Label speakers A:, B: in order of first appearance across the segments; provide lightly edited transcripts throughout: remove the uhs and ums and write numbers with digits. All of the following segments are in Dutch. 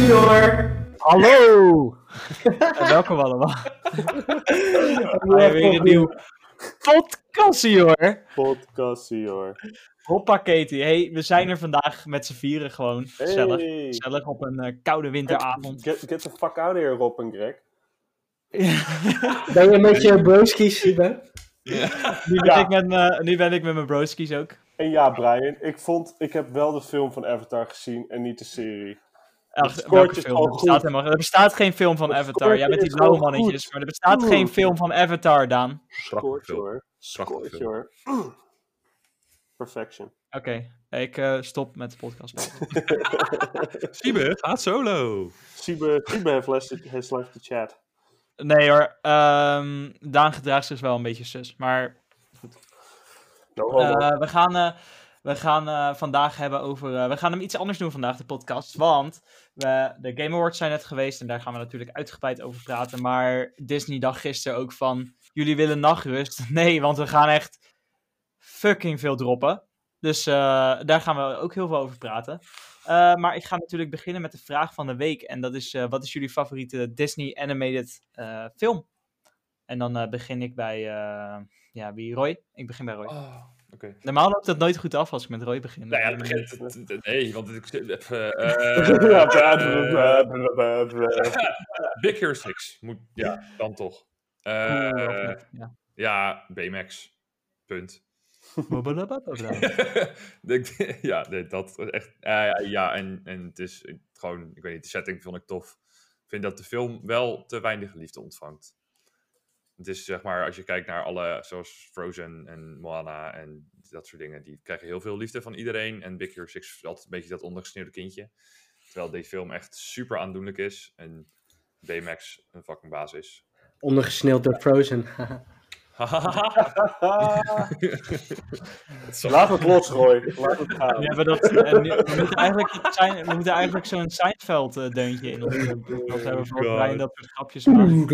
A: Podcastie-hoor!
B: Hallo! En welkom allemaal. Weer een nieuw podcastie hoor.
C: Podcastie hoor.
B: Hoppa Katie, hey, we zijn er vandaag met z'n vieren gewoon. Gezellig.
C: Hey.
B: Gezellig op een koude winteravond.
C: Get the fuck out of here, Rob en Greg.
A: Ben je met je broskies, Siebe?
B: Nu ben ik met mijn broskies ook.
C: En ja, Brian, ik heb wel de film van Avatar gezien en niet de serie.
B: Ach, welke film? Er bestaat geen film van Avatar. Jij bent die blauwe mannetjes, maar er bestaat geen film van Avatar, Daan.
C: Scoortje hoor. Scoortje hoor. Perfection.
B: Oké, ik stop met de podcast.
D: Siebe gaat solo.
C: Siebe has left the chat.
B: Nee hoor, Daan gedraagt zich wel een beetje sus, maar goed. We gaan vandaag hebben over... we gaan hem iets anders doen vandaag, de podcast. Want de Game Awards zijn net geweest en daar gaan we natuurlijk uitgebreid over praten. Maar Disney dacht gisteren ook van... Jullie willen nachtrust? Nee, want we gaan echt fucking veel droppen. Dus daar gaan we ook heel veel over praten. Maar ik ga natuurlijk beginnen met de vraag van de week. En dat is, wat is jullie favoriete Disney animated film? En dan begin ik bij... wie? Roy? Ik begin bij Roy.
D: Oh, okay.
B: Normaal loopt het nooit goed af als ik met Roy begin.
D: Nou ja, het begint... Nee, want ik... Big Hero 6. Ja, dan toch. Ja, Baymax. Punt. Ja, nee, dat echt... ja, en het is gewoon... Ik weet niet, de setting vond ik tof. Ik vind dat de film wel te weinig liefde ontvangt. Het is zeg maar, als je kijkt naar alle, zoals Frozen en Moana en dat soort dingen, die krijgen heel veel liefde van iedereen. En Big Hero 6 is altijd een beetje dat ondergesneeuwde kindje. Terwijl deze film echt super aandoenlijk is en Baymax een fucking baas is.
A: Ondergesneeuwd door Frozen.
C: Laat het los, Roy. Laat het gaan.
B: Ja, we moeten eigenlijk zo'n Seinfeld-deuntje in ons doen. Dat hebben we voor Brian dat soort grapjes maakt.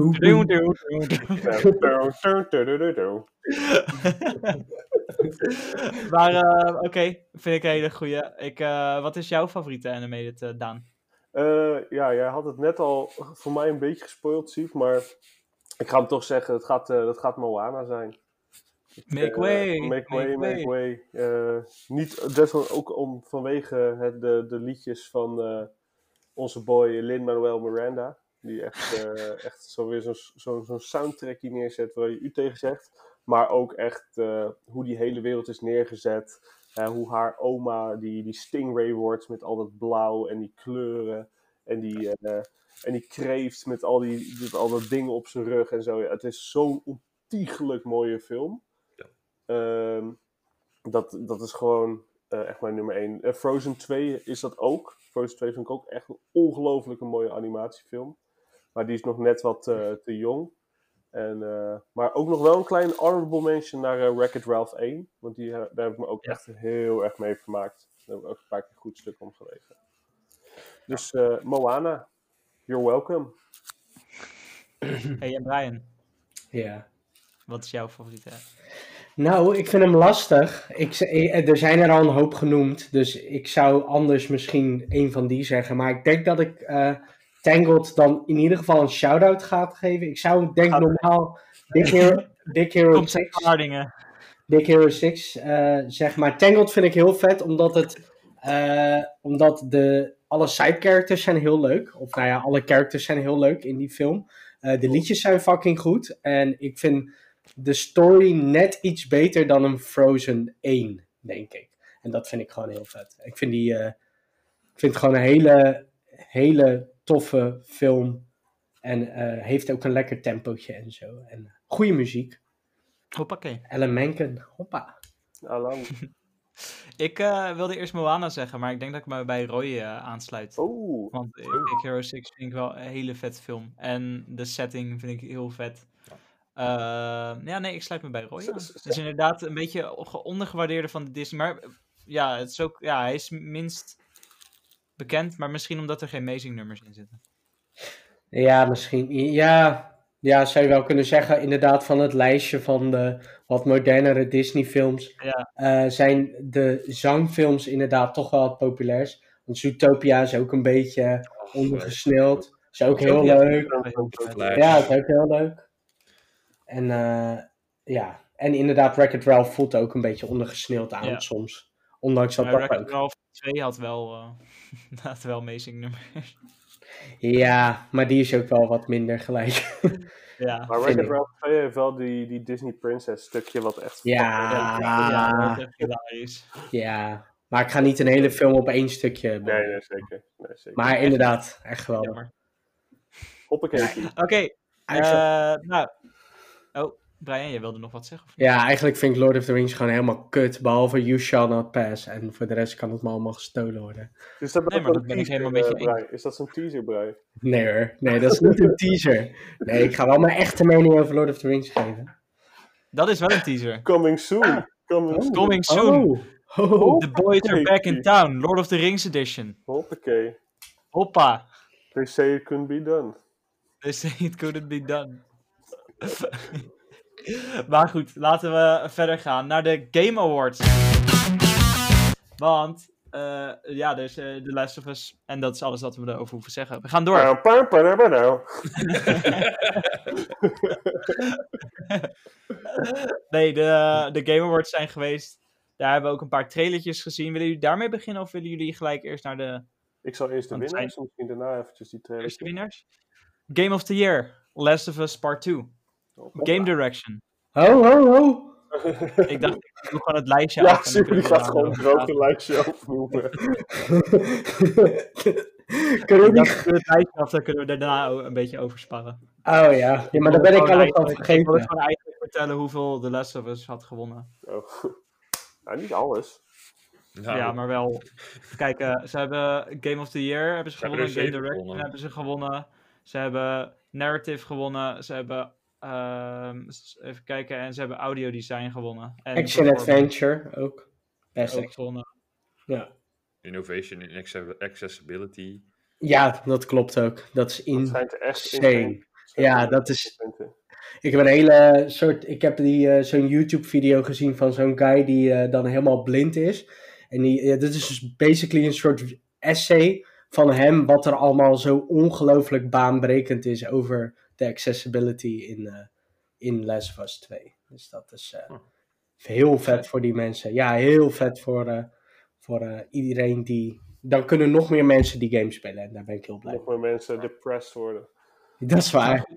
B: Maar oké, vind ik een hele goeie. Wat is jouw favoriete animated, Daan?
C: Ja, jij had het net al voor mij een beetje gespoild, Siep, maar ik ga hem toch zeggen, dat gaat Moana zijn.
B: Make way!
C: Make way. Niet deswegen ook vanwege de liedjes van onze boy Lin-Manuel Miranda. Die echt zo weer zo'n soundtrackie neerzet waar je u tegen zegt. Maar ook echt hoe die hele wereld is neergezet. Hoe haar oma die Stingray wordt met al dat blauw en die kleuren. En die kreeft met al dat dingen op zijn rug en zo. Ja, het is zo'n ontiegelijk mooie film. Ja. Dat is gewoon echt mijn nummer 1. Frozen 2 is dat ook. Frozen 2 vind ik ook echt een ongelooflijk mooie animatiefilm. Maar die is nog net wat te jong. Maar ook nog wel een klein honorable mention naar Wreck-It Ralph 1. Want daar heb ik me ook echt heel erg mee vermaakt. Daar heb ik ook een paar keer een goed stuk om gelezen. Dus Moana, you're welcome.
B: Hey, en Brian?
A: Ja.
B: Wat is jouw favoriete?
A: Nou, ik vind hem lastig. Er zijn er al een hoop genoemd. Dus ik zou anders misschien een van die zeggen. Maar ik denk dat ik Tangled dan in ieder geval een shout-out ga geven. Ik zou normaal Big Hero 6... Big Hero 6 zeg maar. Tangled vind ik heel vet, omdat alle side characters zijn heel leuk. Of nou ja, alle characters zijn heel leuk in die film. De liedjes zijn fucking goed. En ik vind de story net iets beter dan een Frozen 1, denk ik. En dat vind ik gewoon heel vet. Ik vind het gewoon een hele toffe film. En heeft ook een lekker tempootje en zo. En goede muziek.
B: Hoppakee.
A: Ellen Menken, hoppa.
C: Alang.
B: Ik wilde eerst Moana zeggen, maar ik denk dat ik me bij Roy aansluit.
C: Oh.
B: Want Big Hero 6 vind ik wel een hele vette film. En de setting vind ik heel vet. Ik sluit me bij Roy aan. Het is inderdaad een beetje ondergewaardeerde van de Disney. Maar ja, het is ook, hij is minst bekend. Maar misschien omdat er geen amazing nummers in zitten.
A: Ja, misschien. Ja, zou je wel kunnen zeggen. Inderdaad, van het lijstje van de wat modernere Disney-films zijn de zangfilms inderdaad toch wel het populairst. Want Zootopia is ook een beetje ondergesneeld. Is ook
B: Ook
A: heel
B: niet
A: leuk.
D: Flash.
A: Ja, is ook heel leuk. En ja, en inderdaad, Wreck-It Ralph voelt ook een beetje ondergesneeld aan soms. Ondanks dat dat
B: Wreck-It
A: ook.
B: Ralph 2 had wel amazing nummers.
A: Ja, maar die is ook wel wat minder gelijk.
B: Ja.
C: Maar Wreck-It Ralph 2 heeft wel die Disney Princess stukje wat echt...
B: Ja, dat is echt hilarisch.
A: Ja, maar ik ga niet een hele film op één stukje.
C: Nee, zeker.
A: Maar inderdaad, echt geweldig.
B: Jammer.
C: Hoppakee.
B: Oké, nou. Oh, Brian, jij wilde nog wat zeggen? Of niet?
A: Ja, eigenlijk vind ik Lord of the Rings gewoon helemaal kut. Behalve You Shall Not Pass. En voor de rest kan het me allemaal gestolen worden.
C: Dus dat
B: Nee, maar dat ben ik helemaal met je eens.
C: Brian? Is dat zo'n teaser, Brian?
A: Nee hoor, nee, dat is niet een teaser. Nee, ik ga wel mijn echte mening over Lord of the Rings geven.
B: Dat is wel een teaser.
C: Coming soon.
B: Coming soon.
A: Oh.
B: The boys are back in town. Lord of the Rings edition.
C: Hoppakee.
B: Hoppa.
C: They say it couldn't be done.
B: They say it couldn't be done. Maar goed, laten we verder gaan naar de Game Awards. Want, ja, dus The Last of Us. En dat is alles wat we erover hoeven zeggen. We gaan door. Nee, de Game Awards zijn geweest. Daar hebben we ook een paar trailertjes gezien. Willen jullie daarmee beginnen of willen jullie gelijk eerst naar de
C: Ik zal eerst de winnaars, misschien daarna eventjes die trailer.
B: eerste winnaars? Game of the Year, Last of Us Part 2. Game Direction.
A: Ho.
B: Ik dacht, ik doe gewoon het lijstje
C: Ja,
B: af.
C: super, die gaat gewoon een grote lijstje opnoemen.
A: Kunnen we die...
B: Het lijstje af, dan kunnen we daarna een beetje oversparren.
A: Oh ja, maar dan ben ik alles al
B: Ik wilde
A: vergeten.
B: gewoon eigenlijk vertellen hoeveel The Last of Us had gewonnen.
C: Oh. Nou, niet alles.
D: Nou,
B: Ja, maar wel. Kijk, ze hebben Game of the Year hebben ze
D: Ze
B: gewonnen.
D: hebben er
B: Game
D: 7
B: Direction
D: gewonnen.
B: hebben ze gewonnen. Ze hebben Narrative gewonnen. Ze hebben, even kijken, en ze hebben Audio Design gewonnen. En
A: Action Adventure ook. Best
B: ook gewonnen.
A: Ja.
D: Innovation in accessibility.
A: Ja, dat klopt ook. Dat is
C: Dat zijn er echt
A: insane. Ja, dat is...
C: punten.
A: Ik heb een hele soort... Ik heb zo'n YouTube-video gezien van zo'n guy die dan helemaal blind is. En dit is dus basically een soort essay van hem... wat er allemaal zo ongelooflijk baanbrekend is over de accessibility in Last of Us 2. Dus dat is heel vet voor die mensen. Ja, heel vet voor iedereen die... Dan kunnen nog meer mensen die game spelen. En daar ben ik heel blij
C: Nog
A: mee.
C: meer mensen depressed worden.
A: Dat is waar.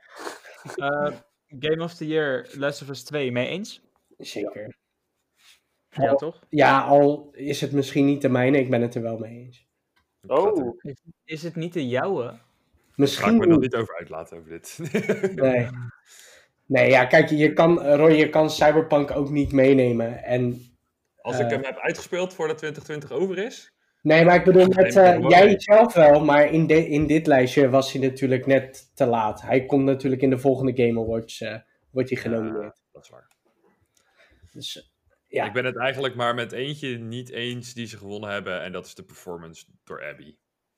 B: Game of the Year, Last of Us 2, mee eens?
A: Zeker.
B: Ja, toch?
A: Ja, al is het misschien niet de mijne, ik ben het er wel mee eens.
C: Oh,
B: Is het niet de jouwe?
D: Daar ga ik
A: Misschien
D: me nog
A: niet.
D: niet over uitlaten over dit.
A: Nee. Nee, ja, kijk, je kan Cyberpunk ook niet meenemen. En,
D: Als ik hem heb uitgespeeld voordat 2020 over is.
A: nee, maar ik bedoel,
D: neem ik hem wel
A: jij
D: mee.
A: zelf wel, maar in dit lijstje was hij natuurlijk net te laat. Hij komt natuurlijk in de volgende Game Awards, wordt hij genomineerd.
D: Dat is waar.
A: Dus, ja.
D: Ik ben het eigenlijk maar met eentje niet eens die ze gewonnen hebben. En dat is de performance door Abby.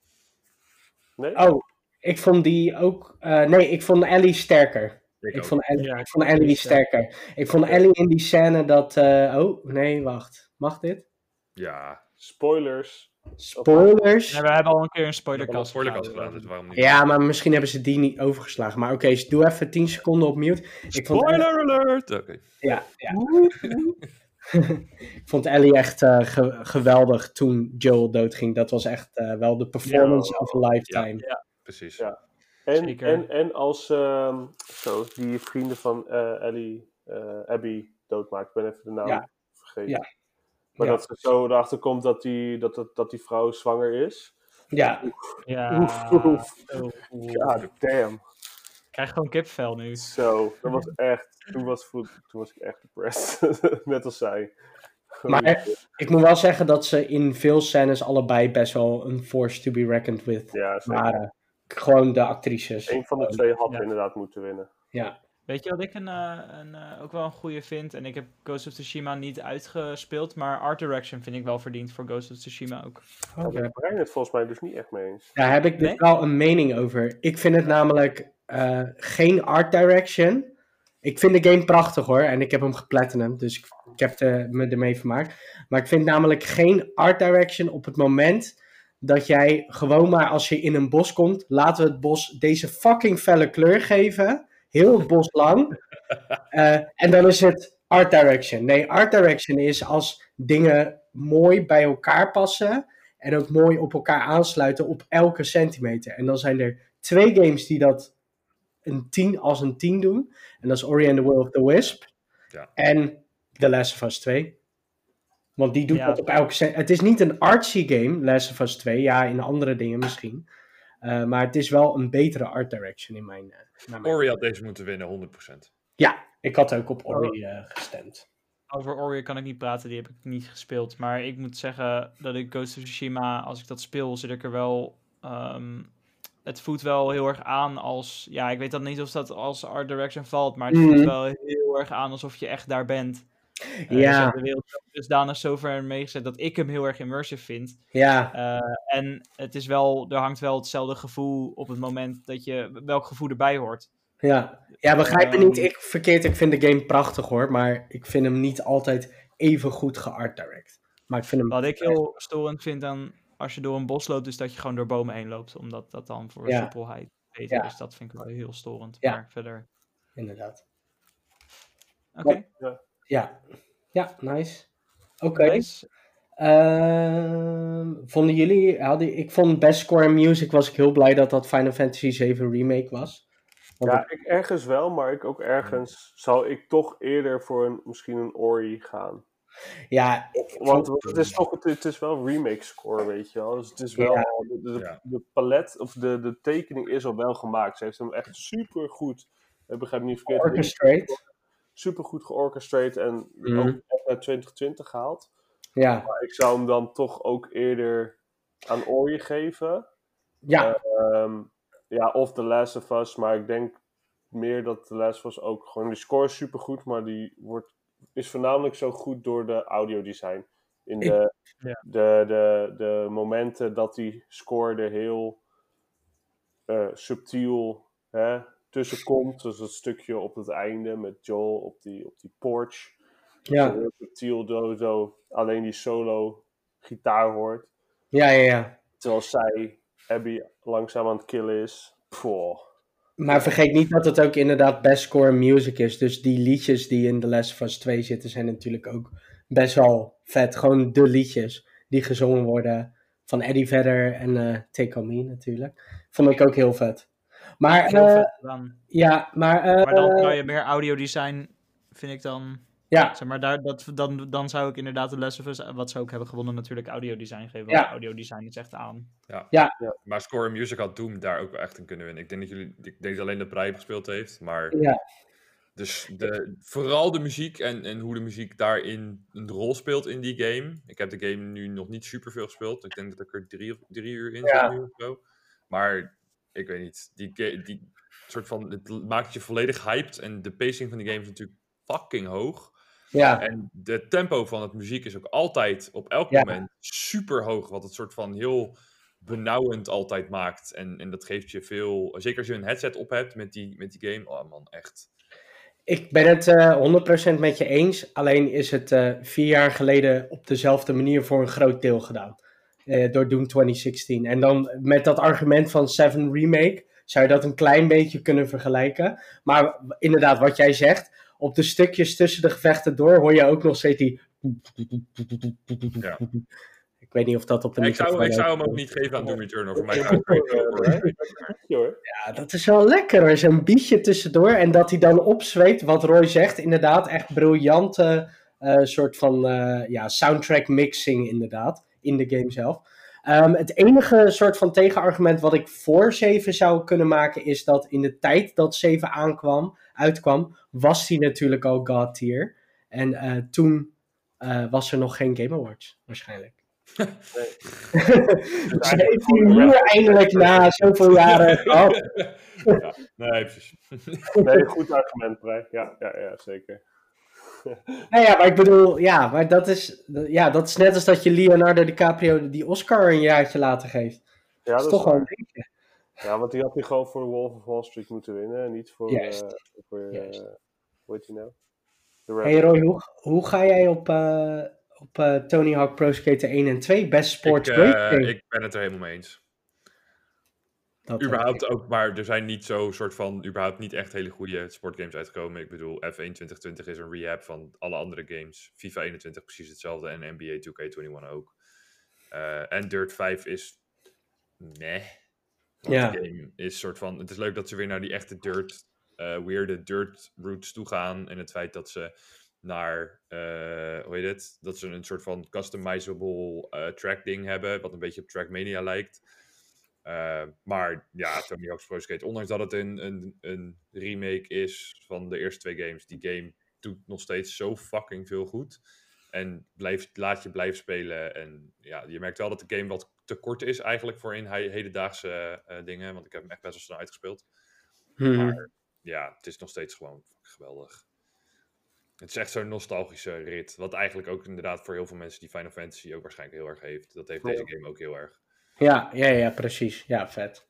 C: nee?
A: Oh, ik vond die ook... nee, ik vond Ellie sterker.
D: Ik
A: Ik
D: ook.
A: vond Ellie,
B: Ja,
A: ik vond Ellie sterker. Ik vond Ellie in die scène dat... oh, nee, wacht. Mag dit?
D: Ja,
C: Spoilers.
A: Spoilers?
B: Ja, we hebben al een keer een
D: ik heb al een
B: spoilercast
D: spoilercast gedaan, dus waarom niet?
A: Ja, maar misschien hebben ze die niet overgeslagen. Maar oké, doe even 10 seconden op mute. Ik vond
D: Spoiler alert! Oké.
A: Ja. Ik vond Ellie echt geweldig toen Joel doodging. Dat was echt wel de performance of a lifetime.
D: Precies.
C: Ja.
B: Zeker.
C: En als die vrienden van Abby doodmaakt. Ik ben even de naam vergeten.
A: Ja.
C: Maar
A: Ja.
C: dat ze zo erachter komt dat die vrouw zwanger is.
A: Ja.
B: Ja.
C: Oef.
B: Oh,
C: God damn.
B: Ik krijg gewoon kipvel nu.
C: Zo, dat was echt... Toen was ik echt depressed. Net als zij.
A: Maar ik moet wel zeggen dat ze in veel scènes allebei best wel een force to be reckoned with
C: Ja, zeker.
A: waren. Gewoon de actrices.
C: Eén van de twee had
B: Ja.
C: inderdaad moeten winnen.
A: Ja.
B: Weet je wat ik ook wel een goede vind? En ik heb Ghost of Tsushima niet uitgespeeld, maar Art Direction vind ik wel verdiend voor Ghost of Tsushima ook.
C: Daar ben Brian het volgens mij dus niet echt mee eens.
A: Daar heb ik dus
B: Nee?
A: wel een mening over. Ik vind het namelijk geen art direction. Ik vind de game prachtig hoor. En ik heb hem geplatinum. Dus ik heb me ermee vermaakt. Maar ik vind namelijk geen art direction op het moment dat jij gewoon maar als je in een bos komt, laten we het bos deze fucking felle kleur geven. Heel het bos lang. En dan is het art direction. Nee, art direction is als dingen mooi bij elkaar passen en ook mooi op elkaar aansluiten op elke centimeter. En dan zijn er 2 games die dat als een 10 doen. En dat is Ori and the Will of the Wisp.
D: Ja.
A: En The Last of Us 2. Want die doet
B: Ja.
A: dat op elke Het is niet een artsy game, Last of Us 2. Ja, in andere dingen misschien. Maar het is wel een betere art direction in mijn...
D: Ori had deze moeten winnen, 100%.
A: Ja, ik had ook op Ori gestemd.
B: Over Ori kan ik niet praten, die heb ik niet gespeeld. Maar ik moet zeggen dat ik Ghost of Tsushima, als ik dat speel, zit ik er wel... het voelt wel heel erg aan als... Ja, ik weet dan niet of dat als art direction valt, maar het voelt wel heel erg aan alsof je echt daar bent.
A: Ja.
B: De wereld is dusdanig zover meegezet dat ik hem heel erg immersive vind.
A: Ja.
B: En het is wel, er hangt wel hetzelfde gevoel op het moment dat je... Welk gevoel erbij hoort.
A: Ja, begrijp me niet verkeerd. Ik vind de game prachtig hoor, maar ik vind hem niet altijd even goed geart direct. Maar ik vind hem...
B: Wat ik heel storend vind dan als je door een bos loopt, is dat je gewoon door bomen heen loopt. Omdat dat dan voor soepelheid beter is. Dat vind ik wel heel storend.
A: Ja.
B: Maar verder...
A: Inderdaad.
B: Oké.
A: Ja, nice. Oké.
B: Nice.
A: Vonden jullie... Ik vond Best Score in Music was ik heel blij dat dat Final Fantasy 7 Remake was. Want
C: ik ergens wel, maar ik ook ergens zou ik toch eerder voor misschien een Ori gaan.
A: Ja,
C: Want het is toch, het is wel remake score, weet je wel. Dus het is wel, de palet, of de tekening is al wel gemaakt. Ze heeft hem echt super goed, ik begrijp niet verkeerd.
A: Orchestrate.
C: Super goed georchestrate en ook echt naar 2020 gehaald.
A: Ja.
C: Maar ik zou hem dan toch ook eerder aan Ori geven.
A: Ja.
C: Of The Last of Us, maar ik denk meer dat The Last of Us ook gewoon, die score is super goed, maar die is voornamelijk zo goed door de audiodesign. In de momenten dat die score er heel subtiel tussen komt. Dus dat stukje op het einde met Joel op die porch.
A: Ja.
C: Heel subtiel zo alleen die solo gitaar hoort.
A: Ja.
C: Terwijl Abby langzaam aan het killen is. Pooh.
A: Maar vergeet niet dat het ook inderdaad best score music is. Dus die liedjes die in The Last of Us 2 zitten zijn natuurlijk ook best wel vet. Gewoon de liedjes die gezongen worden van Eddie Vedder en Take On Me natuurlijk. Vond ik ook heel vet. Maar,
B: heel vet gedaan.
A: Ja, maar
B: dan zou je meer audiodesign, vind ik dan...
A: Ja.
B: Zeg maar, dan zou ik inderdaad de Last of Us, wat ze ook hebben gewonnen, natuurlijk audiodesign geven. Want audiodesign is echt aan.
D: Ja. Maar Score and Music had Doom daar ook wel echt in kunnen winnen. Ik denk dat alleen de Prij gespeeld heeft, maar...
A: Ja.
D: Dus vooral de muziek en hoe de muziek daarin een rol speelt in die game. Ik heb de game nu nog niet super veel gespeeld. Ik denk dat ik er 3 uur in zit nu of zo. Maar ik weet niet, die soort van, het maakt je volledig hyped. En de pacing van die game is natuurlijk fucking hoog.
A: Ja.
D: En de tempo van het muziek is ook altijd op elk moment super hoog. Wat het soort van heel benauwend altijd maakt. En dat geeft je veel... Zeker als je een headset op hebt met die game. Oh man, echt.
A: Ik ben het 100% met je eens. Alleen is het 4 jaar geleden op dezelfde manier voor een groot deel gedaan. Door Doom 2016. En dan met dat argument van 7 Remake zou je dat een klein beetje kunnen vergelijken. Maar inderdaad, wat jij zegt... Op de stukjes tussen de gevechten door hoor je ook nog steeds die...
D: Ja.
A: Ik weet niet of dat op de
D: ik zou hem ook niet geven aan Doom Eternal. Voor mij
A: Ja, dat is wel lekker hoor. Zo'n beatje tussendoor. En dat hij dan opzweept, wat Roy zegt. Inderdaad, echt briljante soort van soundtrack mixing inderdaad. In de game zelf. Het enige soort van tegenargument wat ik voor 7 zou kunnen maken... is dat in de tijd dat 7 uitkwam... was hij natuurlijk al God tier. En toen was er nog geen Game Awards, waarschijnlijk.
C: Nee.
A: Dus heeft hij nu eindelijk na zoveel jaren gehad.
D: Nee, precies.
C: Nee, goed argument, Prij. Ja, zeker.
A: Nou ja, maar ik bedoel, maar dat is net als dat je Leonardo DiCaprio die Oscar een jaartje later geeft.
C: Ja,
A: dat is toch wel een dingetje.
C: Ja, want die had hij gewoon voor The Wolf of Wall Street moeten winnen. En niet voor, hoe heet hij nou?
A: Hey Roy, hoe ga jij op Tony Hawk Pro Skater 1 en 2. Best Sports Racing.
D: Ik ben het er helemaal mee eens.
A: Dat
D: Überhaupt ook, maar er zijn niet zo soort van, überhaupt niet echt hele goede sportgames uitgekomen. Ik bedoel, F1 2020 is een rehab van alle andere games. FIFA 21 precies hetzelfde en NBA 2K21 ook. En Dirt 5 is, nee. Want
A: Ja.
D: de game is soort van, het is leuk dat ze weer naar die echte dirt, weirde dirt roots toe gaan. En het feit dat ze naar, hoe heet het? Dat ze een soort van customizable track ding hebben, wat een beetje op Trackmania lijkt. Maar ja, Tony Hawk's Pro Skate, ondanks dat het een remake is van de eerste 2 games, die game doet nog steeds zo fucking veel goed. En laat je blijven spelen. En ja, je merkt wel dat de game wat te kort is eigenlijk voor in hedendaagse dingen. Want ik heb hem echt best wel snel uitgespeeld. Maar ja, het is nog steeds gewoon geweldig. Het is echt zo'n nostalgische rit. Wat eigenlijk ook inderdaad voor heel veel mensen die Final Fantasy ook waarschijnlijk heel erg heeft. Dat heeft deze game ook heel erg.
A: Ja, precies. Ja, vet.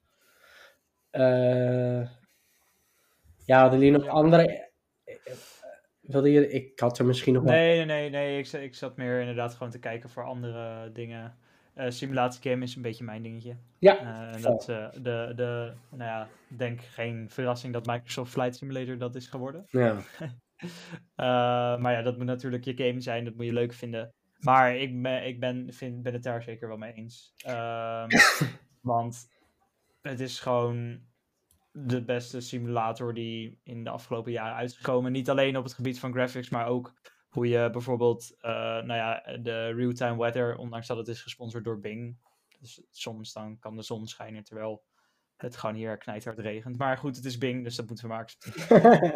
A: Ja, hadden jullie nog andere... Wilde je... Ik had er misschien nog wel...
B: Nee. Ik zat meer inderdaad gewoon te kijken voor andere dingen. Simulatiegame is een beetje mijn dingetje.
A: Ja.
B: Dat nou ja, denk geen verrassing dat Microsoft Flight Simulator dat is geworden.
A: Ja.
B: Maar ja, dat moet natuurlijk je game zijn, dat moet je leuk vinden. Maar ik ben het daar zeker wel mee eens. Want het is gewoon de beste simulator die in de afgelopen jaren uitgekomen. Niet alleen op het gebied van graphics, maar ook hoe je bijvoorbeeld de real-time weather, ondanks dat het is gesponsord door Bing. Dus soms dan kan de zon schijnen terwijl het gewoon hier knijthard regent. Maar goed, het is Bing, dus dat moeten we maar accepteren.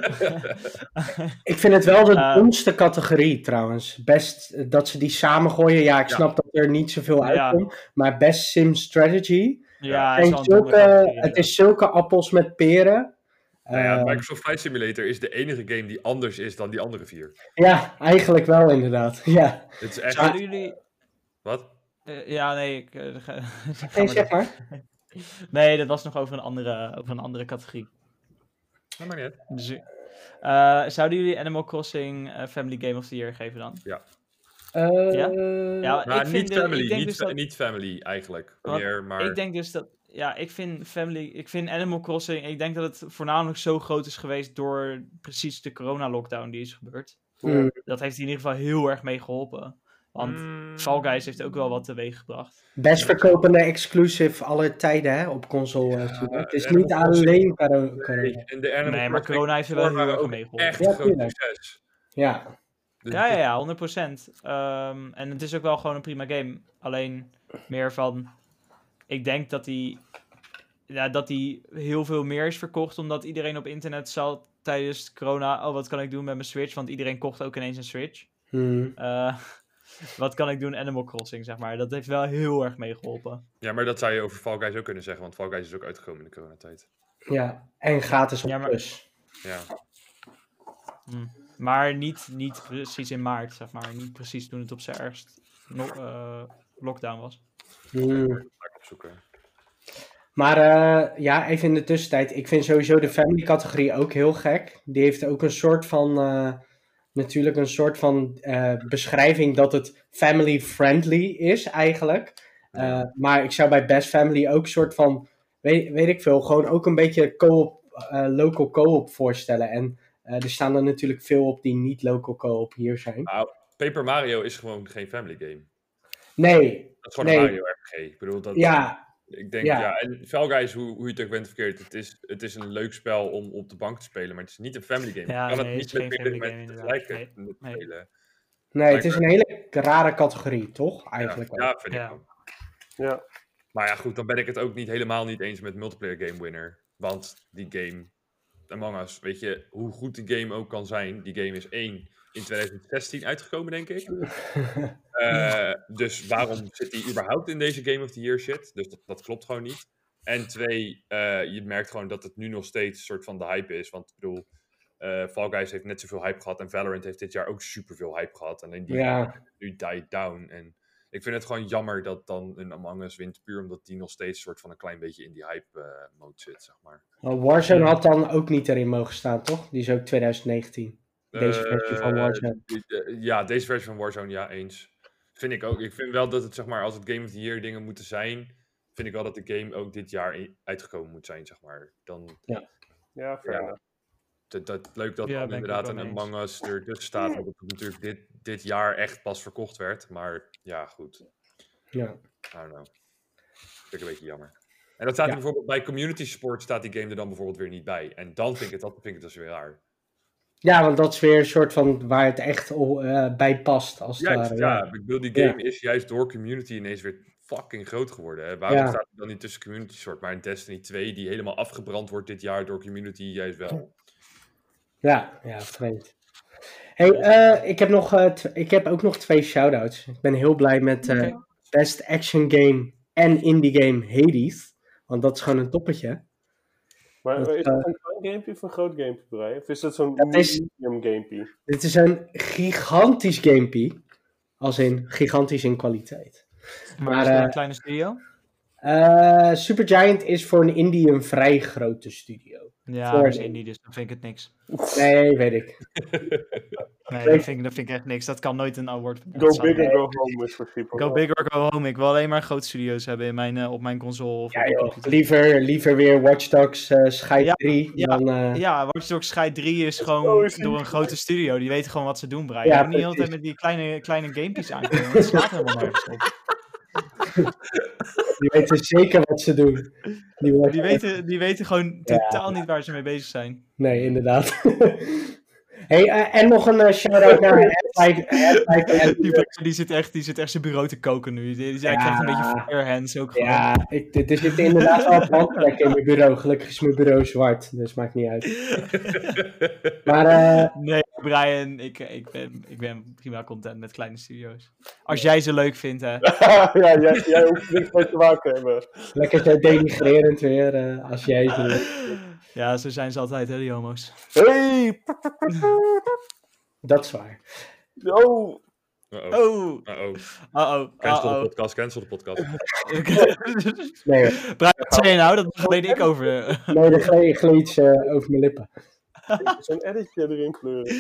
A: Ik vind het wel de domste categorie trouwens. Best dat ze die samengooien. Ja, ik snap dat er niet zoveel uitkomt. Maar Best Sim Strategy.
B: Ja,
A: het is zulke appels met peren.
D: Microsoft Flight Simulator is de enige game die anders is dan die andere 4.
A: Ja, eigenlijk wel inderdaad. Ja.
D: Het is echt...
B: Zouden jullie...
D: Wat?
B: Nee,
A: zeg maar.
B: Nee, dat was nog over een andere categorie.
D: Dat maakt niet uit.
B: Dus, zouden jullie Animal Crossing Family Game of the Year geven dan?
D: Ja.
B: Ja,
D: maar
B: ik vind
D: niet family eigenlijk. Meer, maar...
B: Ik denk dus dat... Ja, ik vind Animal Crossing... Ik denk dat het voornamelijk zo groot is geweest door precies de corona-lockdown die is gebeurd. Dat heeft in ieder geval heel erg mee geholpen. Want Fall Guys heeft ook wel wat teweeg gebracht.
A: Best verkopende exclusive aller tijden hè, op console. Het is niet alleen corona.
B: Nee, maar corona heeft er wel heel erg mee geholpen.
D: Echt een groot succes.
A: Ja.
B: Ja, 100%. En het is ook wel gewoon een prima game. Alleen meer van... Ik denk dat die heel veel meer is verkocht, omdat iedereen op internet zat tijdens corona... Oh, wat kan ik doen met mijn Switch? Want iedereen kocht ook ineens een Switch. Wat kan ik doen? Animal Crossing, zeg maar. Dat heeft wel heel erg meegeholpen.
D: Ja, maar dat zou je over Fall Guys ook kunnen zeggen, want Fall Guys is ook uitgekomen in de coronatijd.
A: Ja, en gratis op Plus.
D: Ja.
B: Maar niet precies in maart, zeg maar. Niet precies toen het op zijn ergst lockdown was.
D: Ga ik opzoeken.
A: Maar even in de tussentijd. Ik vind sowieso de family categorie ook heel gek. Die heeft ook een soort van... natuurlijk een soort van beschrijving dat het family friendly is eigenlijk. Maar ik zou bij Best Family ook een soort van... Weet ik veel. Gewoon ook een beetje local co-op voorstellen. En er staan er natuurlijk veel op die niet local co-op hier zijn.
D: Nou, Paper Mario is gewoon geen family game.
A: Nee.
D: Dat is gewoon een Mario RPG. Ik bedoel, dat...
A: Ja.
D: Ik denk, en Fall Guys, hoe je het ook bent verkeerd, het is een leuk spel om op de bank te spelen, maar het is niet een family game.
B: Ja,
D: je kan
B: nee,
D: het niet met meerdere mensen tegelijk
B: spelen.
A: Nee, het is een hele rare categorie, toch? Eigenlijk
D: ja, vind ik ook.
C: Ja.
D: Maar ja, goed, dan ben ik het ook helemaal niet eens met multiplayer game winner. Want die game, Among Us, weet je, hoe goed die game ook kan zijn, die game is in 2016 uitgekomen, denk ik. Dus waarom zit die überhaupt in deze Game of the Year shit? Dus dat klopt gewoon niet. En 2, je merkt gewoon dat het nu nog steeds een soort van de hype is. Want ik bedoel, Fall Guys heeft net zoveel hype gehad en Valorant heeft dit jaar ook superveel hype gehad. Alleen die nu died down. En ik vind het gewoon jammer dat dan een Among Us wint, puur omdat die nog steeds soort van een klein beetje in die hype mode zit, zeg maar.
A: Warzone had dan ook niet erin mogen staan, toch? Die is ook 2019. Deze versie van Warzone.
D: Ja, deze versie van Warzone, ja, eens. Vind ik ook. Ik vind wel dat het, zeg maar, als het Game of the Year dingen moeten zijn, vind ik wel dat de game ook dit jaar uitgekomen moet zijn, zeg maar. Dan,
C: Ja, fair enough.
D: leuk dat
B: Ja,
D: dan
B: ben ik
D: inderdaad
B: ook wel
D: een
B: mee
D: Among Us ertussen staat, omdat het natuurlijk dit jaar echt pas verkocht werd. Maar ja, goed.
A: Ja.
D: I don't know. Vind ik een beetje jammer. En dat staat
A: Ja.
D: er bijvoorbeeld bij Community Support staat die game er dan bijvoorbeeld weer niet bij. En dan vind ik het dus weer raar.
A: Ja, want dat is weer een soort van waar het echt bij past, als het
D: Juist,
A: ware.
D: ja. Ik bedoel, die game is juist door Community ineens weer fucking groot geworden. Hè? Waarom staat het dan niet tussen Community Support, maar in Destiny 2, die helemaal afgebrand wordt dit jaar door Community, juist wel?
A: Ja, vreemd. Hey, ik heb ook nog 2 shout-outs. Ik ben heel blij met Best Action Game en Indie Game Hades. Want dat is gewoon een toppetje.
C: Maar
A: Dat,
C: is het een klein gamepje of een groot gamepje, Brian? Of is dat zo'n
A: Dat is-
C: medium gamepje?
A: Dit is een gigantisch gamepie. Als in gigantisch in kwaliteit.
B: Maar is het een kleine studio?
A: Supergiant is voor een indie een vrij grote studio.
B: Ja,
A: Voor
B: dat is
A: een-
B: indie, dus dan vind ik het niks.
A: Nee, weet ik.
B: Nee, dat vind ik echt niks. Dat kan nooit een award.
C: Go big or go home is voor people.
B: Go big or go home. Ik wil alleen maar grote studio's hebben op mijn console of
A: Ja,
B: op mijn
A: joh.
B: computer.
A: Liever weer Watch Dogs Scheid
B: Ja,
A: 3
B: ja.
A: dan...
B: Ja, Watch Dogs Scheid 3 is
C: Oh,
B: gewoon
C: is die-
B: door een grote studio. Die weten gewoon wat ze doen, Brian.
A: Ja,
B: Je moet niet de hele tijd
A: precies.
B: met die kleine gamepjes aankomen. Dat slaat helemaal nergens op.
A: Die weten zeker wat ze doen.
B: Die weten gewoon totaal niet waar ze mee bezig zijn.
A: Nee, inderdaad. Hey, en nog een shout-out naar Half-Life
B: Die zit echt zijn bureau te koken nu. Die krijgt een beetje firehands ook gewoon.
A: Ja, er zit inderdaad wel brandplekken in mijn bureau. Gelukkig is mijn bureau zwart, dus maakt niet uit. Maar
B: Nee, Brian, ik ben prima content met kleine studio's. Als jij ze leuk vindt, hè.
C: Ja, jij hoeft niks mee te maken hebben.
A: lekker zo denigrerend weer, als jij het doet.
B: Ja, zo zijn ze altijd, hè, die homo's.
C: Hey!
A: Dat is waar.
C: Oh!
B: Oh!
D: Cancel de podcast.
A: Nee hoor.
B: Brian, wat zei je nou? Dat weet ik over.
A: Nee, er gleed iets over mijn lippen.
C: Zo'n editje erin kleuren.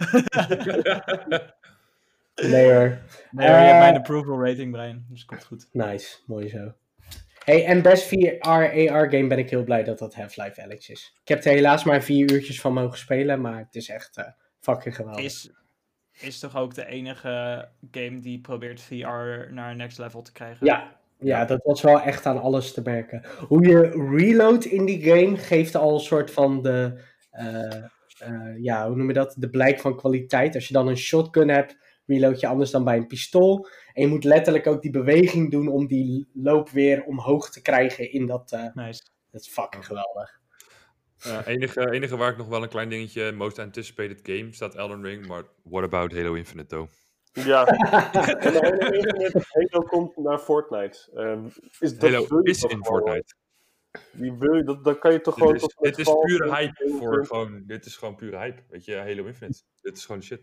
A: Nee hoor.
B: Nee, je hebt mijn approval rating, Brian. Dus komt goed.
A: Nice, mooi zo. Hey, en best VR-AR game ben ik heel blij dat dat Half-Life Alyx is. Ik heb er helaas maar 4 uurtjes van mogen spelen, maar het is echt fucking geweldig.
B: Is toch ook de enige game die probeert VR naar een next level te krijgen?
A: Ja, dat was wel echt aan alles te merken. Hoe je reload in die game geeft al een soort van de... hoe noem je dat? De blijk van kwaliteit. Als je dan een shotgun hebt, reload je anders dan bij een pistool. En je moet letterlijk ook die beweging doen om die loop weer omhoog te krijgen in dat...
B: Nice.
A: Dat is fucking geweldig.
D: Enige waar ik nog wel een klein dingetje, most anticipated game, staat Elden Ring, maar what about Halo Infinite though?
C: Ja. En de Halo komt naar Fortnite.
D: Halo is in Fortnite.
C: Die wil je, dan kan je toch gewoon...
D: Dit is pure hype voor gewoon, dit is gewoon pure hype, weet je, Halo Infinite. Dit is gewoon de shit.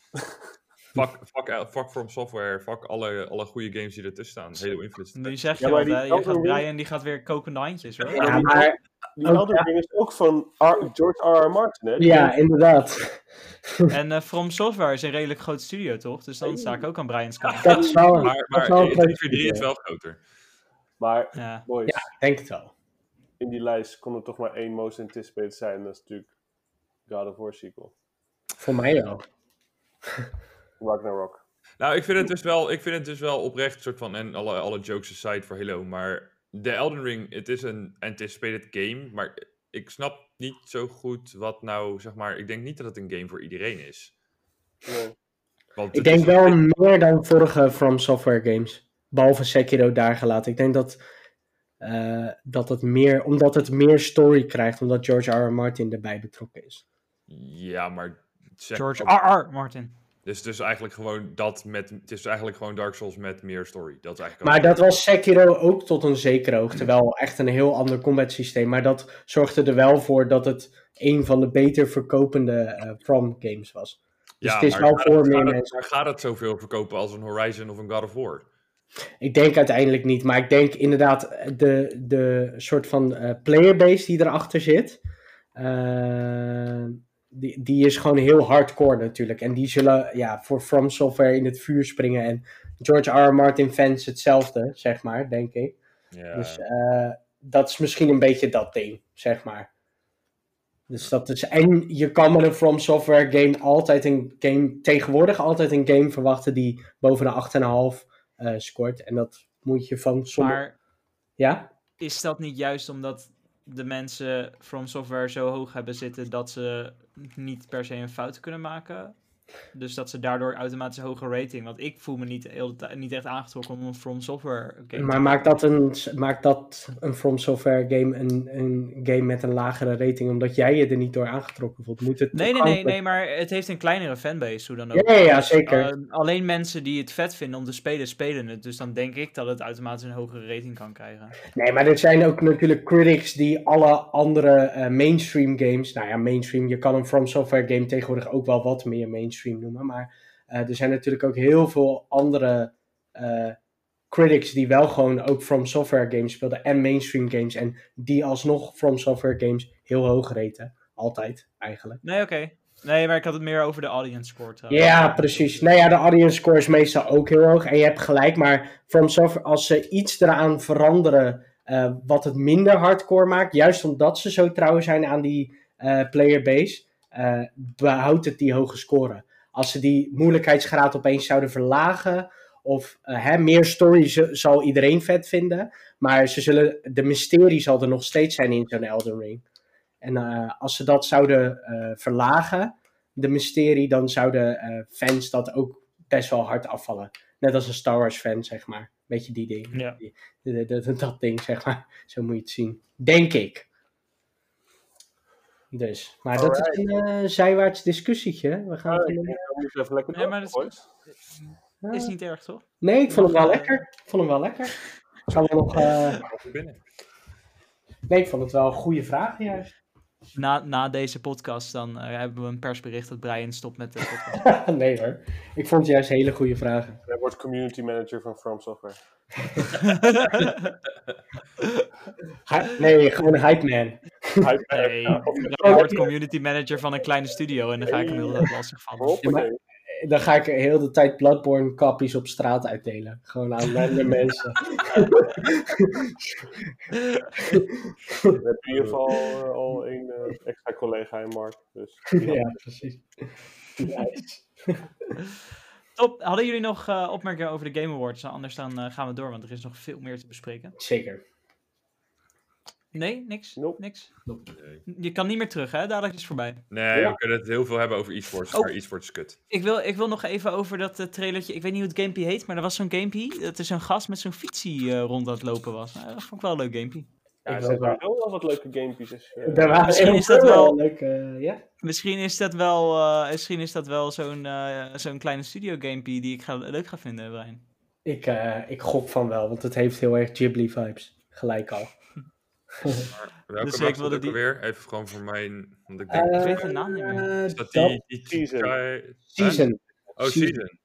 D: Fuck From Software, fuck alle goede games die ertussen staan. Halo Infinite.
B: Nu zeg je
C: Ja, maar
B: wat,
C: die
B: hè?
C: Elden Ring-
B: Brian die gaat weer kokende handjes, hoor.
A: Ja, maar...
C: Die Elden Ring is ook van George R.R. Martin, hè?
A: Ja, inderdaad.
B: En From Software is een redelijk groot studio, toch? Dus dan sta ik ook aan Brian's kant.
A: Dat is wel...
D: Maar
A: dat is wel een groot
D: 3
A: studio.
D: is wel groter.
C: Maar,
B: Ja.
C: boys,
A: Ik denk het wel.
C: in die lijst kon er toch maar één most anticipated zijn. Dat is natuurlijk God of War sequel.
A: Voor mij wel.
C: Ragnarok.
D: Nou, ik vind het dus wel oprecht, soort van, en alle jokes aside voor Halo, maar de Elden Ring, het is een anticipated game, maar ik snap niet zo goed wat nou, zeg maar, ik denk niet dat het een game voor iedereen is.
C: Nee.
D: Want
A: Ik
D: het
A: denk
D: is
A: wel meer dan vorige From Software games. Behalve Sekiro daar gelaten. Ik denk dat het meer... Omdat het meer story krijgt. Omdat George R.R. Martin erbij betrokken is.
D: Ja, maar...
B: George R.R. Martin.
D: Dus eigenlijk gewoon het is eigenlijk gewoon Dark Souls met meer story. Dat is eigenlijk
A: Maar dat was Sekiro ook tot een zekere hoogte. Wel echt een heel ander combat systeem. Maar dat zorgde er wel voor dat het een van de beter verkopende From games was. Dus het is wel voor meer mensen.
D: Maar gaat het zoveel verkopen als een Horizon of een God of War?
A: Ik denk uiteindelijk niet. Maar ik denk inderdaad de soort van playerbase die erachter zit. die is gewoon heel hardcore natuurlijk. En die zullen voor From Software in het vuur springen. En George R. R. Martin fans hetzelfde, zeg maar, denk ik.
D: Ja.
A: Dus dat is misschien een beetje dat ding, zeg maar. Dus dat is, en je kan met een From Software game tegenwoordig altijd een game verwachten die boven de 8,5 scoort. En dat moet je van sommige...
B: Maar
A: Ja?
B: is dat niet juist omdat de mensen From Software zo hoog hebben zitten dat ze niet per se een fout kunnen maken? Dus dat ze daardoor automatisch een hogere rating... Want ik voel me niet echt aangetrokken om een From Software game
A: Maar maakt dat een From Software game een game met een lagere rating, omdat jij je er niet door aangetrokken voelt? Moet het
B: Nee, maar het heeft een kleinere fanbase, hoe dan ook.
A: Ja,
B: Dus,
A: zeker.
B: alleen mensen die het vet vinden om te spelen, spelen het. Dus dan denk ik dat het automatisch een hogere rating kan krijgen.
A: Nee, maar er zijn ook natuurlijk critics die alle andere mainstream games... Nou ja, mainstream, je kan een From Software game tegenwoordig ook wel wat meer mainstream noemen. Maar er zijn natuurlijk ook heel veel andere critics die wel gewoon ook From Software games speelden en mainstream games. En die alsnog From Software games heel hoog raten. Altijd, eigenlijk.
B: Nee, oké. Nee, maar ik had het meer over de audience score trouwens.
A: Ja, precies. Nou ja, de audience score is meestal ook heel hoog. En je hebt gelijk, maar From Software, als ze iets eraan veranderen wat het minder hardcore maakt, juist omdat ze zo trouw zijn aan die playerbase, behoudt het die hoge score. Als ze die moeilijkheidsgraad opeens zouden verlagen, of meer story zal iedereen vet vinden, maar de mysterie zal er nog steeds zijn in zo'n Elden Ring. En als ze dat zouden verlagen, de mysterie, dan zouden fans dat ook best wel hard afvallen. Net als een Star Wars fan, zeg maar. Beetje die ding.
B: Ja.
A: Dat ding, zeg maar. Zo moet je het zien. Denk ik. Dus. Maar dat is een zijwaarts discussiëtje. We gaan
C: Ik moet even lekker
B: Nee, maar
C: door,
B: dat
C: boys.
B: is niet erg, toch?
A: Nee, ik vond hem wel lekker. Gaan we nog...
D: Binnen.
A: Nee, ik vond het wel een goede vraag, juist.
B: Na deze podcast dan hebben we een persbericht dat Brian stopt met de podcast.
A: Nee hoor. Ik vond het juist hele goede vragen.
C: Hij wordt community manager van From Software.
A: Nee, gewoon een hype man.
B: Nee, Brian wordt community manager van een kleine studio en dan ga ik hem heel erg lastig vallen.
C: Hoppakee.
A: Dan ga ik heel de tijd Bloodborne kappies op straat uitdelen. Gewoon aan random mensen.
C: We hebben in ieder geval al een extra collega in Mark. Dus.
A: Ja, precies. Nice.
B: Top, hadden jullie nog opmerkingen over de Game Awards? Anders dan gaan we door, want er is nog veel meer te bespreken.
A: Zeker.
B: Nee, niks?
C: Nope.
B: Niks?
D: Nee.
B: Je kan niet meer terug, hè? Dadelijk is het voorbij.
D: Nee,
A: Ja.
D: we kunnen het heel veel hebben over e-sports,
B: Oh.
D: maar e-sports is kut.
B: Ik wil nog even over dat trailertje. Ik weet niet hoe het gamepje heet, maar er was zo'n gamepje. Dat er zo'n gast met zo'n fietsie rond aan het lopen was. Dat vond ik wel een leuk gamepje.
C: Ja,
A: Ik
C: er zijn
A: wil
C: wel wat leuke gamepjes. Dus,
A: Er waren
B: Misschien
A: heel
B: is dat
A: veel
B: wel-
A: leuk. Ja.
B: Misschien is dat wel zo'n kleine studio gamepje die ik leuk ga vinden, Brian.
A: Ik gok van wel, want het heeft heel erg Ghibli vibes. Gelijk al.
D: Welke
B: Dus
D: was
B: ik wilde
D: dat ook
B: die-
D: alweer? Even gewoon voor mijn... Want ik denk,
B: Ik weet de naam niet meer.
D: is dat
A: dat-
D: die
C: Season.
A: Season.
D: Oh, Season.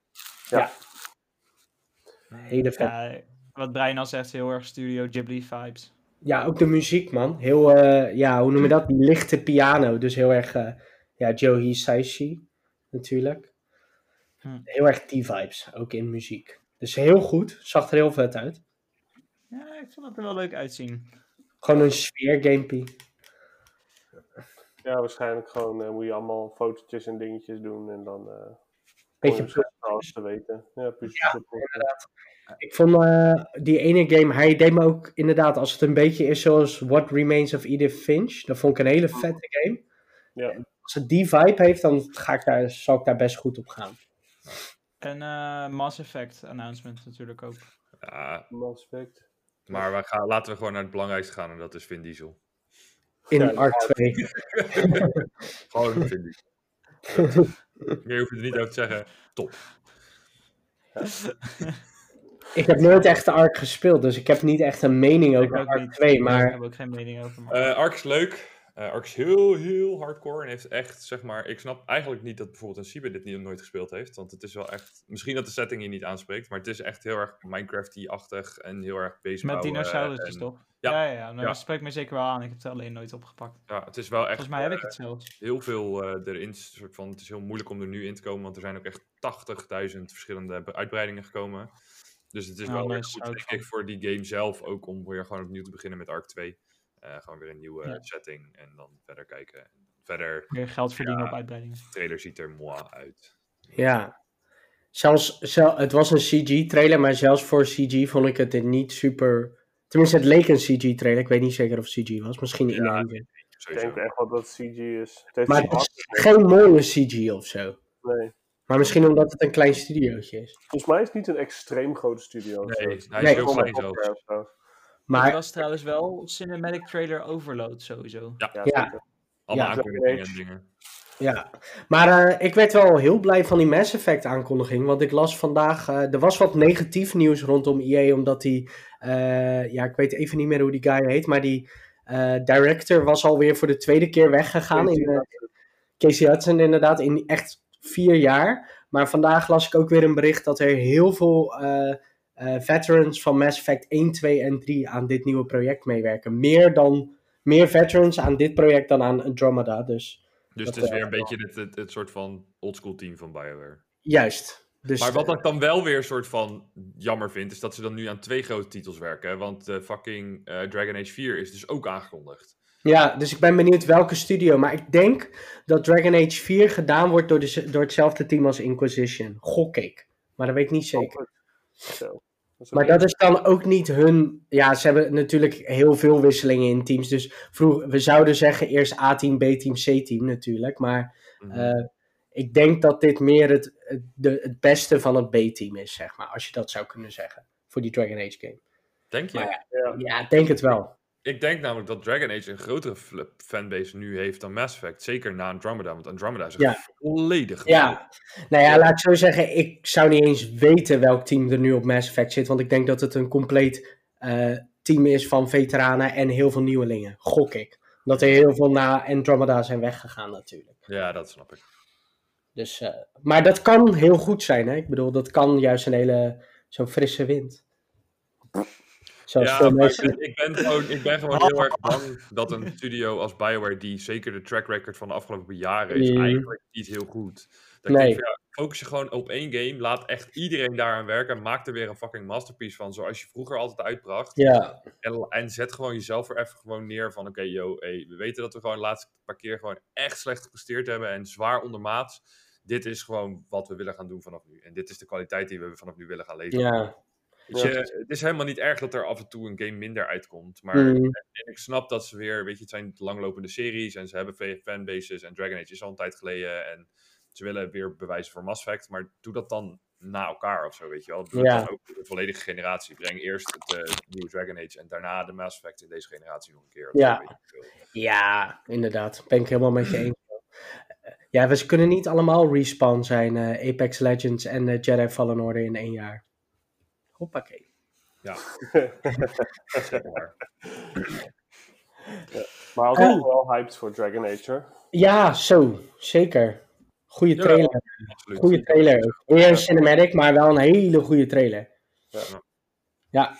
A: Hele vet.
B: Ja, wat Brian al zegt, heel erg Studio Ghibli vibes.
A: Ja, ook de muziek, man. Heel, hoe noem je dat? Die lichte piano. Dus heel erg, Joe Hisaishi, natuurlijk. Heel erg die vibes, ook in muziek. Dus heel goed. Zag er heel vet uit.
B: Ja, ik vond het er wel leuk uitzien.
A: Gewoon een sfeer gamepie.
C: Ja, waarschijnlijk gewoon moet je allemaal fotootjes en dingetjes doen en dan
A: Beetje
C: kom je alles te weten. Ja, precies.
A: inderdaad. Ik vond die ene game, hij deed me ook inderdaad, als het een beetje is zoals What Remains of Edith Finch, dat vond ik een hele vette game.
C: Ja.
A: Als het die vibe heeft, dan zal ik daar best goed op gaan.
B: En Mass Effect announcement natuurlijk ook.
D: Ja,
C: Mass Effect.
D: maar laten we gewoon naar het belangrijkste gaan en dat is Vin Diesel.
A: In
C: Ja,
A: Ark 2.
D: Gewoon Vin Diesel. Meer hoef je er niet over te zeggen. Top.
A: Ik heb nooit echt de Ark gespeeld, dus ik heb niet echt een mening over
B: ook
A: Ark
B: niet.
A: 2,
B: Ik
A: maar
B: heb ook geen mening over. Maar...
D: Ark is leuk. Ark is heel, heel hardcore en heeft echt, zeg maar... Ik snap eigenlijk niet dat bijvoorbeeld een Siebe dit nooit gespeeld heeft. Want het is wel echt... Misschien dat de setting je niet aanspreekt, maar het is echt heel erg Minecraft-y-achtig en heel erg base
B: Met
D: bouwen.
B: dinosaurusjes, toch?
D: Ja.
B: Nou,
D: Ja.
B: Dat spreekt me zeker wel aan. Ik heb het alleen nooit opgepakt.
D: Ja, het is wel echt...
B: Volgens mij heb ik het zelfs.
D: Heel veel erin, soort van, het is heel moeilijk om er nu in te komen, want er zijn ook echt 80.000 verschillende uitbreidingen gekomen. Dus het is wel weer goed, denk ik, voor die game zelf ook om weer gewoon opnieuw te beginnen met Ark 2. Gewoon weer een nieuwe setting en dan verder kijken. Verder
B: meer geld verdienen op uitbreidingen.
D: De trailer ziet er mooi uit.
A: Ja. Het was een CG-trailer, maar zelfs voor CG vond ik het niet super... Tenminste, het leek een CG-trailer. Ik weet niet zeker of het CG was. Misschien in engine.
C: Ik denk echt wel dat het CG is.
A: Maar het is geen mooie CG of zo.
C: Nee.
A: Maar misschien omdat het een klein studiootje is.
C: Volgens mij is het niet een extreem grote studio.
D: Nee, hij is heel klein zelfs.
B: Maar het was trouwens wel cinematic trailer overload sowieso.
A: Ja.
D: Allemaal aankondigingen en dingen.
A: Ja, maar ik werd wel heel blij van die Mass Effect aankondiging. Want ik las vandaag, er was wat negatief nieuws rondom EA. Omdat die, ik weet even niet meer hoe die guy heet. Maar die director was alweer voor de tweede keer weggegaan. Casey Hudson inderdaad, in echt 4 jaar. Maar vandaag las ik ook weer een bericht dat er heel veel veterans van Mass Effect 1, 2 en 3 aan dit nieuwe project meewerken. Meer veterans aan dit project dan aan Andromeda, Dus
D: het is weer een beetje het soort van oldschool team van BioWare.
A: Juist. Dus
D: maar wat ik dan wel weer een soort van jammer vind, is dat ze dan nu aan 2 grote titels werken. Want fucking Dragon Age 4 is dus ook aangekondigd.
A: Ja, dus ik ben benieuwd welke studio. Maar ik denk dat Dragon Age 4 gedaan wordt door hetzelfde team als Inquisition. Gok ik. Maar dat weet ik niet zeker. Maar dat is dan ook niet hun... Ja, ze hebben natuurlijk heel veel wisselingen in teams. Dus we zouden zeggen eerst A-team, B-team, C-team natuurlijk. Maar ik denk dat dit meer het beste van het B-team is, zeg maar. Als je dat zou kunnen zeggen. Voor die Dragon Age game.
D: Denk je?
A: Maar ja, ik denk het wel.
D: Ik denk namelijk dat Dragon Age een grotere fanbase nu heeft dan Mass Effect. Zeker na Andromeda, want Andromeda is volledig...
A: Ja, nou ja, laat ik zo zeggen, ik zou niet eens weten welk team er nu op Mass Effect zit. Want ik denk dat het een compleet team is van veteranen en heel veel nieuwelingen. Gok ik. Dat er heel veel na Andromeda zijn weggegaan natuurlijk.
D: Ja, dat snap ik.
A: Dus, maar dat kan heel goed zijn, hè. Ik bedoel, dat kan juist zo'n frisse wind.
D: Ik ben gewoon heel erg bang dat een studio als BioWare, die zeker de track record van de afgelopen jaren is, eigenlijk niet heel goed. Focus je gewoon op 1 game, laat echt iedereen daaraan werken, maak er weer een fucking masterpiece van, zoals je vroeger altijd uitbracht.
A: Ja.
D: En zet gewoon jezelf er even gewoon neer van, we weten dat we gewoon de laatste paar keer gewoon echt slecht gepresteerd hebben en zwaar ondermaats. Dit is gewoon wat we willen gaan doen vanaf nu. En dit is de kwaliteit die we vanaf nu willen gaan leveren.
A: Ja.
D: Het is helemaal niet erg dat er af en toe een game minder uitkomt. Maar en ik snap dat ze weer, het zijn langlopende series en ze hebben fanbases en Dragon Age is al een tijd geleden en ze willen weer bewijzen voor Mass Effect, maar doe dat dan na elkaar of zo, weet je wel. Doe dat dan ook de volledige generatie. Breng eerst het nieuwe Dragon Age en daarna de Mass Effect in deze generatie nog een keer.
A: Ja, inderdaad. Ben ik helemaal met je eens. Ja, we kunnen niet allemaal Respawn zijn, Apex Legends en Jedi Fallen Order in 1 jaar. Hoppakee.
D: Ja. Zeg maar.
C: Maar altijd wel hyped voor Dragon Age, hoor.
A: Ja, zeker. Goeie trailer.
D: Absoluut.
A: Goeie trailer. Weer een cinematic, maar wel een hele goede trailer. Ja.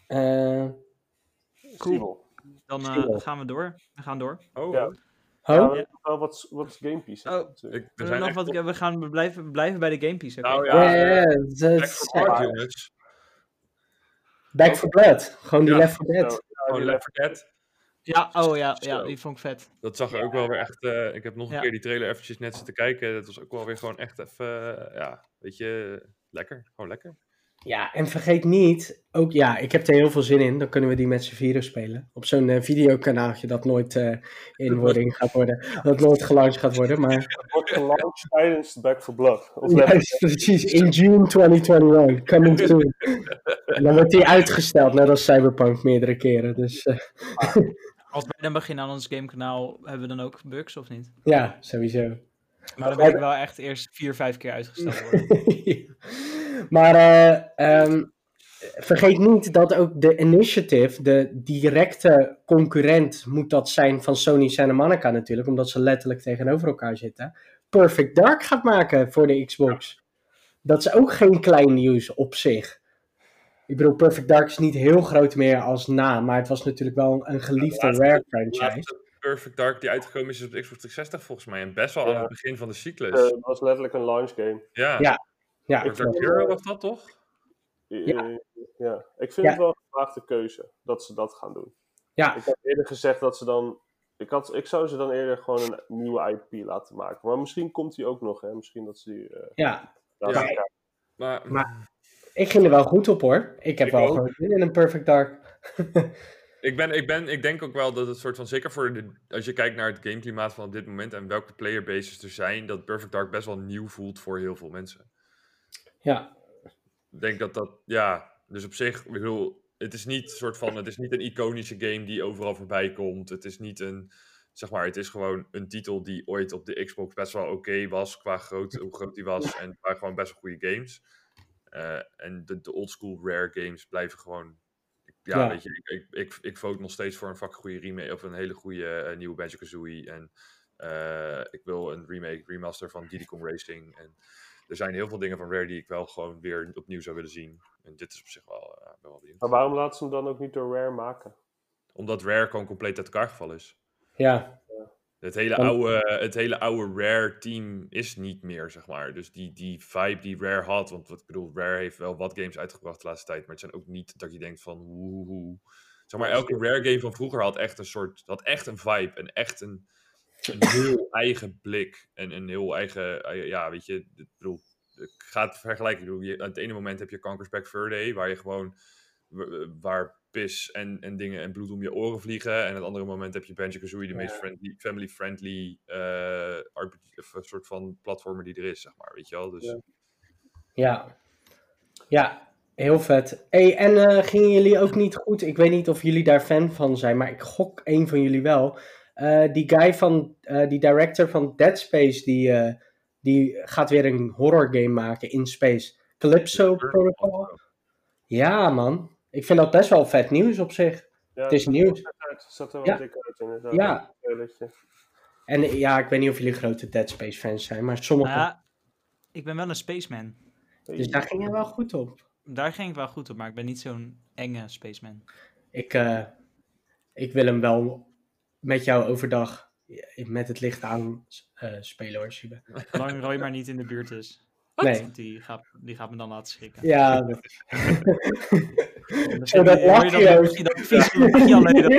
B: Cool. Dan gaan we door. We gaan door.
C: Wat gamepiece.
B: We gaan blijven bij de gamepiece.
A: jongens. Back 4 Blood. Gewoon die Left 4 Dead.
D: Gewoon Left 4 Dead.
B: Ja, die vond ik vet.
D: Dat zag er ook wel weer echt... ik heb nog een keer die trailer eventjes net zitten kijken. Dat was ook wel weer gewoon echt even... weet je, lekker. Gewoon lekker.
A: Ja, en vergeet niet... Ook ik heb er heel veel zin in. Dan kunnen we die met z'n vieren spelen. Op zo'n videokanaaltje dat nooit in wording gaat worden. Dat nooit gelanceerd gaat worden, maar...
C: Het wordt gelanceerd tijdens Back 4 Blood.
A: Precies. In June 2021. Coming soon. En dan wordt die uitgesteld, net als Cyberpunk meerdere keren. Dus...
B: Als wij dan beginnen aan ons gamekanaal, hebben we dan ook bugs of niet?
A: Ja, sowieso.
B: Maar dan moet ik wel echt eerst 4-5 keer uitgesteld worden.
A: Maar vergeet niet dat ook de Initiative, de directe concurrent moet dat zijn van Sony Santa Monica natuurlijk, omdat ze letterlijk tegenover elkaar zitten, Perfect Dark gaat maken voor de Xbox. Dat is ook geen klein nieuws op zich. Ik bedoel, Perfect Dark is niet heel groot meer als naam, maar het was natuurlijk wel een geliefde Rare franchise.
D: laatste Perfect Dark die uitgekomen is op de Xbox 360 volgens mij. En best wel aan het begin van de cyclus.
C: Het was letterlijk een launch game.
D: Ja.
A: Ja,
D: Perfect Dark Hero was dat toch?
C: Ja. Ik vind het wel een gewaagde keuze dat ze dat gaan doen.
A: Ja.
C: Ik had eerder gezegd dat ze dan... Ik zou ze dan eerder gewoon een nieuwe IP laten maken. Maar misschien komt die ook nog, hè. Misschien dat ze die...
D: Maar
A: ik ging er wel goed op, hoor. Ik heb
D: Ik
A: wel
D: ook.
A: gewoon zin in een Perfect Dark.
D: ik denk ook wel dat het soort van, zeker als je kijkt naar het gameklimaat van op dit moment en welke playerbases er zijn, dat Perfect Dark best wel nieuw voelt voor heel veel mensen.
A: Ja.
D: Ik denk dus op zich, ik bedoel, het is niet een iconische game die overal voorbij komt. Het is niet het is gewoon een titel die ooit op de Xbox best wel oké was, qua hoe groot die was, en het waren gewoon best wel goede games. En de oldschool Rare games blijven gewoon, weet je, ik vote nog steeds voor een fucking goede remake, of een hele goede nieuwe Banjo-Kazooie, en ik wil een remaster van Diddy Kong Racing, en er zijn heel veel dingen van Rare die ik wel gewoon weer opnieuw zou willen zien. En dit is op zich wel benieuwd.
C: Maar waarom laten ze hem dan ook niet door Rare maken?
D: Omdat Rare gewoon compleet uit elkaar gevallen is.
A: Ja.
D: Het hele oude Rare team is niet meer, zeg maar. Dus die vibe die Rare had, want ik bedoel, Rare heeft wel wat games uitgebracht de laatste tijd, maar het zijn ook niet dat je denkt van woehoe. Zeg maar, elke Rare game van vroeger had echt een vibe en echt een heel eigen blik en een heel eigen, weet je, ik bedoel, ik ga het vergelijken. Ik bedoel, aan het ene moment heb je Conker's Bad Fur Day, waar je gewoon, waar pis en dingen en bloed om je oren vliegen, en aan het andere moment heb je Banjo-Kazooie, de meest family-friendly RPG, of een soort van platformer die er is, zeg maar, weet je wel. Dus...
A: Ja, heel vet. Hey, en gingen jullie ook niet goed, ik weet niet of jullie daar fan van zijn, maar ik gok een van jullie wel. Die guy die director van Dead Space, die gaat weer een horror game maken in space. Calypso Protocol. Ja, man. Ik vind dat best wel vet nieuws op zich.
C: Ja,
A: het is nieuws.
C: Het zat er wel dik uit, inderdaad.
A: Ja. En ja, ik weet niet of jullie grote Dead Space fans zijn, maar sommigen.
B: Ja, ik ben wel een spaceman.
A: Dus daar ging je wel goed op.
B: Daar ging ik wel goed op, maar ik ben niet zo'n enge spaceman.
A: Ik wil hem wel met jou overdag met het licht aan spelen, hoor, Siebe.
B: Zolang Roy maar niet in de buurt is.
A: Nee.
B: Want die gaat me dan laten schrikken.
A: Ja.
B: Zo dat lachje dat vies luchtje alleen.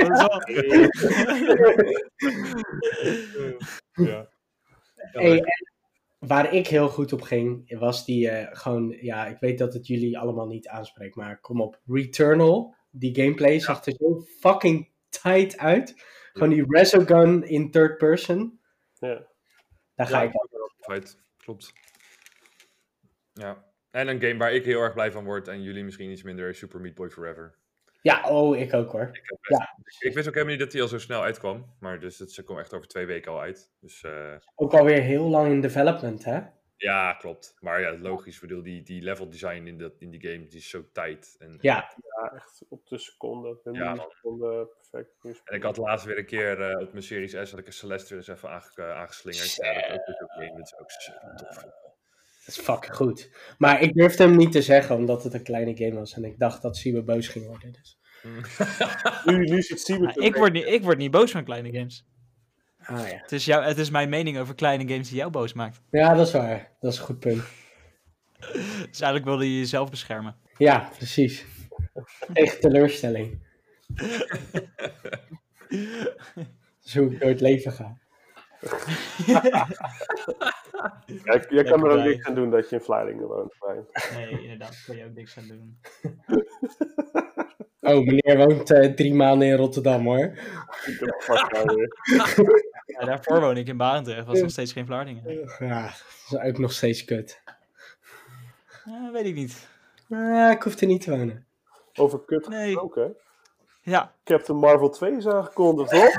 D: Ja.
A: Hey, waar ik heel goed op ging, was die gewoon, ik weet dat het jullie allemaal niet aanspreekt, maar kom op, Returnal, die gameplay zag er zo fucking tight uit. Gewoon die Resogun in third person.
C: Ja.
A: Daar ga ik
D: Feit, klopt. Ja. En een game waar ik heel erg blij van word, en jullie misschien iets minder, is Super Meat Boy Forever.
A: Ja, ik ook, hoor.
D: Ik wist ook helemaal niet dat hij al zo snel uitkwam, maar dus het komt echt over 2 weken al uit. Dus,
A: ook alweer heel lang in development, hè?
D: Ja, klopt. Maar ja, logisch. Ik bedoel, die level design in die game, die is zo tight.
A: Ja,
C: echt op de seconde.
D: Perfect. En ik had laatst weer een keer op mijn Series S, had ik een Celeste weer eens even aangeslingerd. Ja, dat is ook dus ook game. Dat is ook zo tof.
A: Dat is fucking goed. Maar ik durfde hem niet te zeggen, omdat het een kleine game was. En ik dacht dat Siebe boos ging worden. Dus.
C: Nu zit Siebe
B: ik word niet boos van kleine games.
A: Ah, ja.
B: Het is mijn mening over kleine games die jou boos maakt.
A: Ja, dat is waar. Dat is een goed punt.
B: Dus eigenlijk wilde je jezelf beschermen.
A: Ja, precies. Tegen teleurstelling. Zo ik door het leven ga.
C: Jij kan er ook niks aan doen dat je in Vlaardingen woont.
B: Nee, inderdaad. Kun je ook niks aan doen.
A: Oh, meneer woont 3 maanden in Rotterdam, hoor.
B: Ja, daarvoor woon ik in Barendrecht. Was nog steeds geen Vlaardingen.
A: Ja, dat is ook nog steeds kut.
B: Weet ik niet.
A: Ik hoef er niet te wonen.
C: Over kut gesproken.
B: Ja.
C: Captain Marvel 2 is aangekondigd, hoor.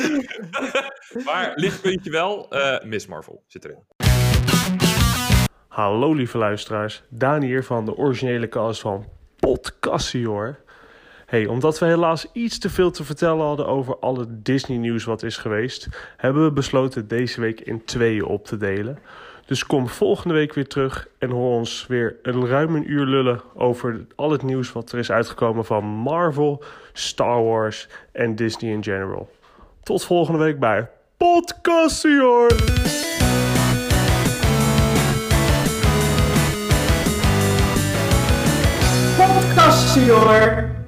D: Maar lichtpuntje wel, Miss Marvel zit erin.
C: Hallo lieve luisteraars, Daan hier van de originele cast van Podcastior. Hey, omdat we helaas iets te veel te vertellen hadden over alle Disney nieuws wat is geweest, hebben we besloten deze week in 2 op te delen. Dus kom volgende week weer terug en hoor ons weer ruim een uur lullen over al het nieuws wat er is uitgekomen van Marvel, Star Wars en Disney in general. Tot volgende week bij Podcastior!
A: Podcastior!